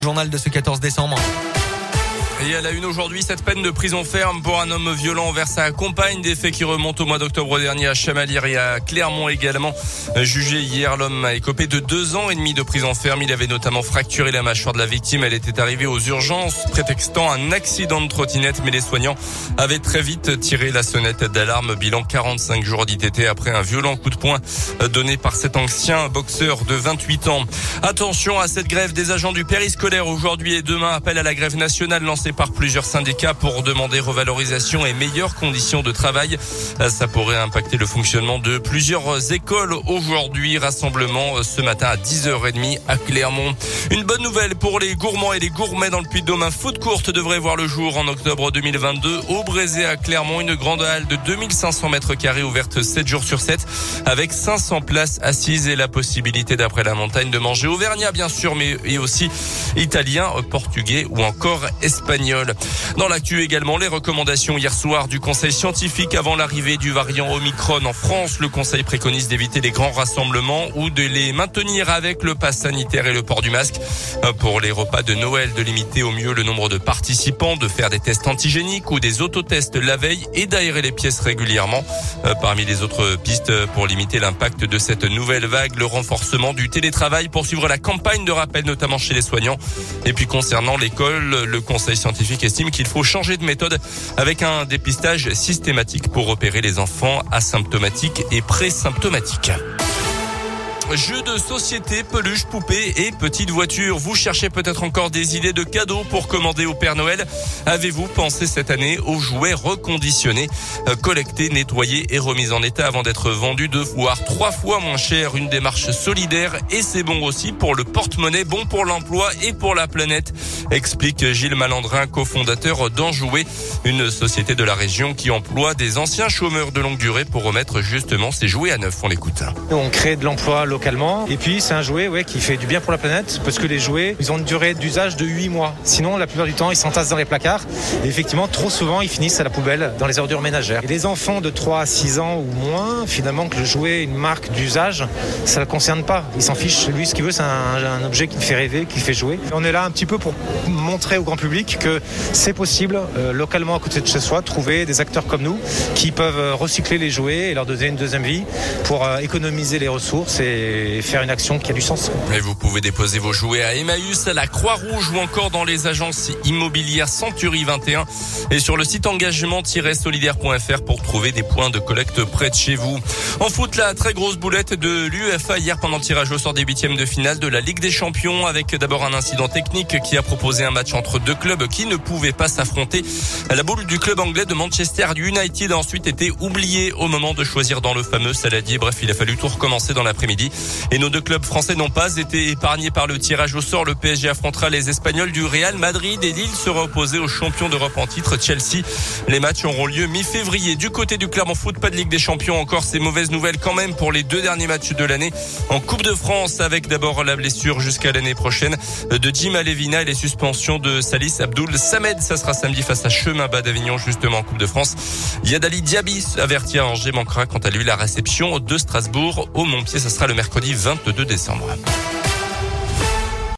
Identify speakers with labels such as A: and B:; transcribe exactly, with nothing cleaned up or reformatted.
A: Journal de ce quatorze décembre.
B: Et à la une aujourd'hui, cette peine de prison ferme pour un homme violent envers sa compagne. Des faits qui remontent au mois d'octobre dernier à Chamalières et à Clermont également. Jugé hier, l'homme a écopé de deux ans et demi de prison ferme. Il avait notamment fracturé la mâchoire de la victime. Elle était arrivée aux urgences, prétextant un accident de trottinette. Mais les soignants avaient très vite tiré la sonnette d'alarme. Bilan quarante-cinq jours d'I T T après un violent coup de poing donné par cet ancien boxeur de vingt-huit ans. Attention à cette grève des agents du périscolaire aujourd'hui et demain. Appel à la grève nationale lancée par plusieurs syndicats pour demander revalorisation et meilleures conditions de travail. Ça pourrait impacter le fonctionnement de plusieurs écoles. Aujourd'hui, rassemblement ce matin à dix heures trente à Clermont. Une bonne nouvelle pour les gourmands et les gourmets dans le Puy-de-Dôme. Un food court devrait voir le jour en octobre deux mille vingt-deux au Brézé à Clermont. Une grande halle de deux mille cinq cents mètres carrés ouverte sept jours sur sept avec cinq cents places assises et la possibilité d'après la montagne de manger auvergnat bien sûr, mais et aussi italien, portugais ou encore espagnol. Dans l'actu également, les recommandations hier soir du conseil scientifique avant l'arrivée du variant Omicron en France. Le conseil préconise d'éviter les grands rassemblements ou de les maintenir avec le pass sanitaire et le port du masque. Pour les repas de Noël, de limiter au mieux le nombre de participants, de faire des tests antigéniques ou des autotests la veille et d'aérer les pièces régulièrement. Parmi les autres pistes pour limiter l'impact de cette nouvelle vague, le renforcement du télétravail, poursuivre la campagne de rappel notamment chez les soignants. Et puis concernant l'école, le conseil scientifique estime qu'il faut changer de méthode avec un dépistage systématique pour repérer les enfants asymptomatiques et présymptomatiques. Jeux de société, peluches, poupées et petites voitures. Vous cherchez peut-être encore des idées de cadeaux pour commander au Père Noël. Avez-vous pensé cette année aux jouets reconditionnés, collectés, nettoyés et remis en état avant d'être vendus deux voire trois fois moins cher? Une démarche solidaire et c'est bon aussi pour le porte-monnaie, bon pour l'emploi et pour la planète, explique Gilles Malandrin, cofondateur d'Enjoué, une société de la région qui emploie des anciens chômeurs de longue durée pour remettre justement ces jouets à neuf. On l'écoute.
C: On crée de l'emploi localement. Et puis c'est un jouet ouais, qui fait du bien pour la planète parce que les jouets, ils ont une durée d'usage de huit mois. Sinon, la plupart du temps, ils s'entassent dans les placards. Et effectivement, trop souvent, ils finissent à la poubelle dans les ordures ménagères. Et les enfants de trois à six ans ou moins, finalement, que le jouet ait une marque d'usage, ça ne le concerne pas. Il s'en fiche. Lui, ce qu'il veut, c'est un, un objet qui le fait rêver, qui le fait jouer. Et on est là un petit peu pour montrer au grand public que c'est possible, euh, localement à côté de chez soi, trouver des acteurs comme nous qui peuvent recycler les jouets et leur donner une deuxième vie pour euh, économiser les ressources et et faire une action qui a du sens.
B: Et vous pouvez déposer vos jouets à Emmaüs, à la Croix-Rouge ou encore dans les agences immobilières Century vingt et un et sur le site engagement tiret solidaire point f r pour trouver des points de collecte près de chez vous. En foot, la très grosse boulette de l'U E F A hier pendant le tirage au sort des huitièmes de finale de la Ligue des Champions avec d'abord un incident technique qui a proposé un match entre deux clubs qui ne pouvaient pas s'affronter. La boule du club anglais de Manchester United a ensuite été oubliée au moment de choisir dans le fameux saladier. Bref, il a fallu tout recommencer dans l'après-midi. Et nos deux clubs français n'ont pas été épargnés par le tirage au sort. Le P S G affrontera les Espagnols du Real Madrid et Lille sera opposé aux champions d'Europe en titre Chelsea. Les matchs auront lieu mi-février. Du côté du Clermont Foot, pas de Ligue des Champions encore. Ces mauvaises nouvelles quand même pour les deux derniers matchs de l'année en Coupe de France avec d'abord la blessure jusqu'à l'année prochaine de Jim Alevina et les suspensions de Salis Abdoul Samed. Ça sera samedi face à Chemin Bas d'Avignon justement en Coupe de France. Yadali Diaby averti à Angers manquera quant à lui la réception de Strasbourg au Montpied. Ça sera le mercredi vingt-deux décembre.